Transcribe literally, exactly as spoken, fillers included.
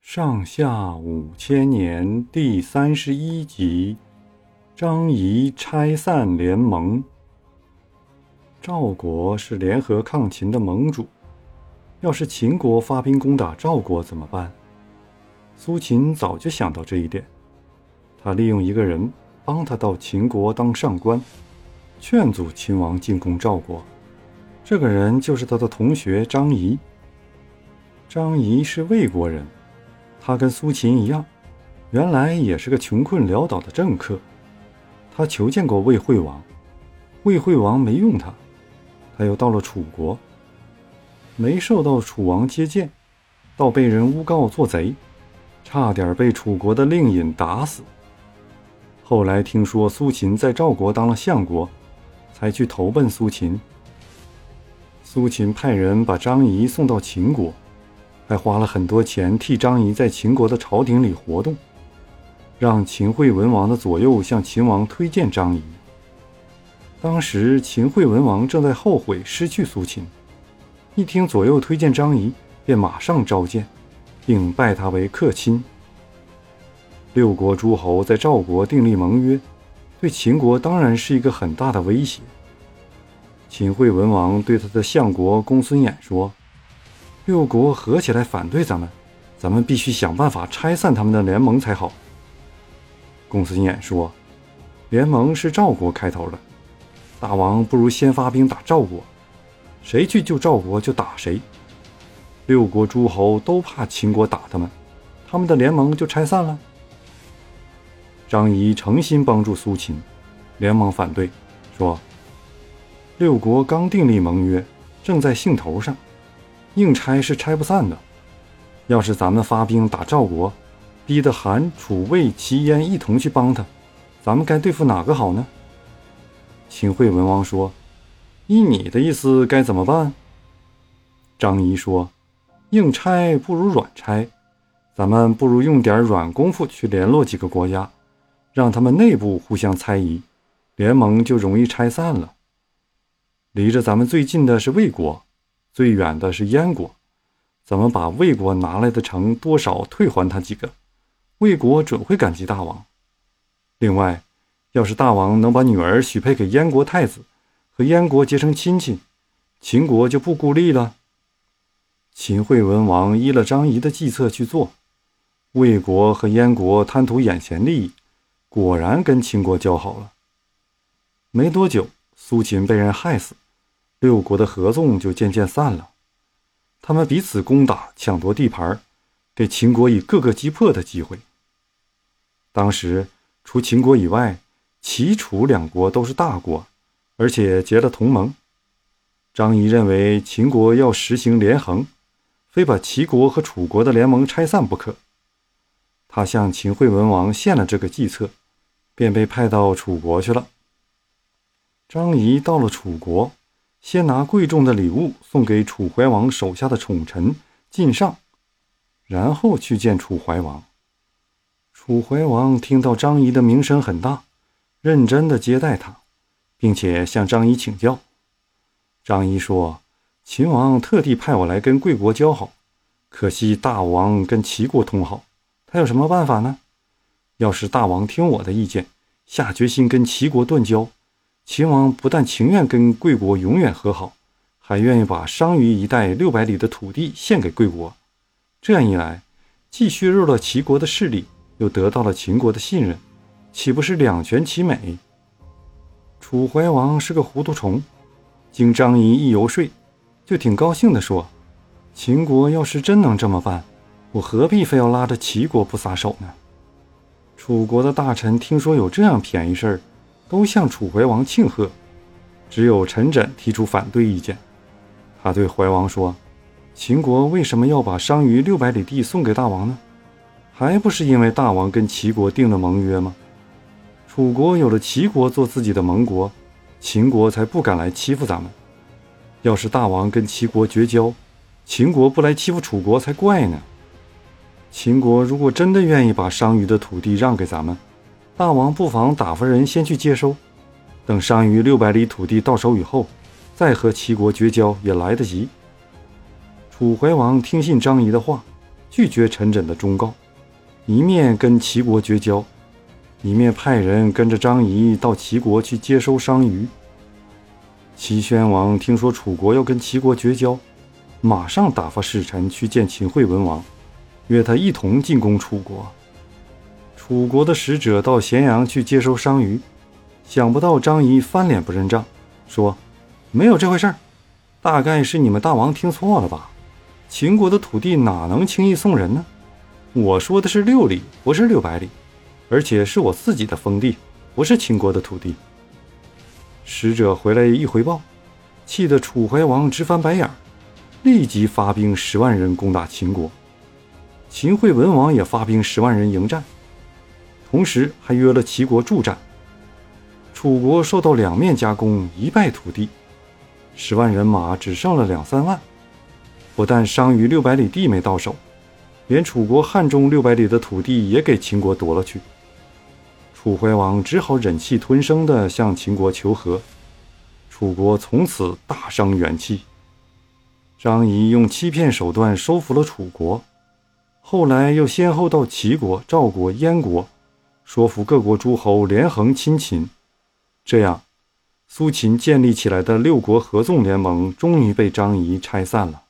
上下五千年第三十一集，张仪拆散联盟。赵国是联合抗秦的盟主，要是秦国发兵攻打赵国怎么办？苏秦早就想到这一点，他利用一个人帮他到秦国当上官，劝阻秦王进攻赵国。这个人就是他的同学张仪。张仪是魏国人，他跟苏秦一样，原来也是个穷困潦倒的政客。他求见过魏惠王，魏惠王没用他，他又到了楚国，没受到楚王接见，倒被人诬告做贼，差点被楚国的令尹打死。后来听说苏秦在赵国当了相国，才去投奔苏秦。苏秦派人把张仪送到秦国，还花了很多钱替张仪在秦国的朝廷里活动，让秦惠文王的左右向秦王推荐张仪。当时秦惠文王正在后悔失去苏秦，一听左右推荐张仪，便马上召见，并拜他为客卿。六国诸侯在赵国订立盟约，对秦国当然是一个很大的威胁。秦惠文王对他的相国公孙衍说，六国合起来反对咱们，咱们必须想办法拆散他们的联盟才好。公孙衍说，联盟是赵国开头的，大王不如先发兵打赵国，谁去救赵国就打谁。六国诸侯都怕秦国打他们，他们的联盟就拆散了。张仪诚心帮助苏秦，连忙反对，说六国刚订立盟约，正在兴头上，硬拆是拆不散的。要是咱们发兵打赵国，逼得韩、楚、魏、齐、燕一同去帮他，咱们该对付哪个好呢？秦惠文王说，依你的意思该怎么办？张仪说，硬拆不如软拆，咱们不如用点软功夫去联络几个国家，让他们内部互相猜疑，联盟就容易拆散了。离着咱们最近的是魏国，最远的是燕国，咱们把魏国拿来的城多少退还他几个，魏国准会感激大王。另外，要是大王能把女儿许配给燕国太子，和燕国结成亲戚，秦国就不孤立了。秦惠文王依了张仪的计策去做，魏国和燕国贪图眼前利益，果然跟秦国交好了。没多久，苏秦被人害死，六国的合纵就渐渐散了。他们彼此攻打抢夺地盘，给秦国以各个击破的机会。当时除秦国以外，齐楚两国都是大国，而且结了同盟。张仪认为秦国要实行连横，非把齐国和楚国的联盟拆散不可。他向秦惠文王献了这个计策，便被派到楚国去了。张仪到了楚国，先拿贵重的礼物送给楚怀王手下的宠臣晋上，然后去见楚怀王。楚怀王听到张仪的名声很大，认真地接待他，并且向张仪请教。张仪说，秦王特地派我来跟贵国交好，可惜大王跟齐国通好，他有什么办法呢？要是大王听我的意见，下决心跟齐国断交，秦王不但情愿跟贵国永远和好，还愿意把商於一带六百里的土地献给贵国。这样一来，既削弱了齐国的势力，又得到了秦国的信任，岂不是两全其美？楚怀王是个糊涂虫，经张仪一游说，就挺高兴地说，秦国要是真能这么办，我何必非要拉着齐国不撒手呢？楚国的大臣听说有这样便宜事儿，都向楚怀王庆贺，只有陈轸提出反对意见。他对怀王说，秦国为什么要把商於六百里地送给大王呢？还不是因为大王跟齐国订了盟约吗？楚国有了齐国做自己的盟国，秦国才不敢来欺负咱们。要是大王跟齐国绝交，秦国不来欺负楚国才怪呢。秦国如果真的愿意把商於的土地让给咱们，大王不妨打发人先去接收，等商於六百里土地到手以后，再和齐国绝交也来得及。楚怀王听信张仪的话， 拒绝陈轸的忠告，一面跟齐国绝交，一面派人跟着张仪到齐国去接收商於。齐宣王听说楚国要跟齐国绝交，马上打发使臣去见秦惠文王，约他一同进攻楚国。楚国的使者到咸阳去接收商於，想不到张仪翻脸不认账，说没有这回事儿，大概是你们大王听错了吧，秦国的土地哪能轻易送人呢？我说的是六里，不是六百里，而且是我自己的封地，不是秦国的土地。使者回来一回报，气得楚怀王直翻白眼，立即发兵十万人攻打秦国。秦惠文王也发兵十万人迎战，同时还约了齐国助战。楚国受到两面夹攻，一败涂地，十万人马只剩了两三万。不但商於六百里地没到手，连楚国汉中六百里的土地也给秦国夺了去。楚怀王只好忍气吞声地向秦国求和，楚国从此大伤元气。张仪用欺骗手段收服了楚国，后来又先后到齐国、赵国、燕国，说服各国诸侯连横亲秦。这样，苏秦建立起来的六国合纵联盟终于被张仪拆散了。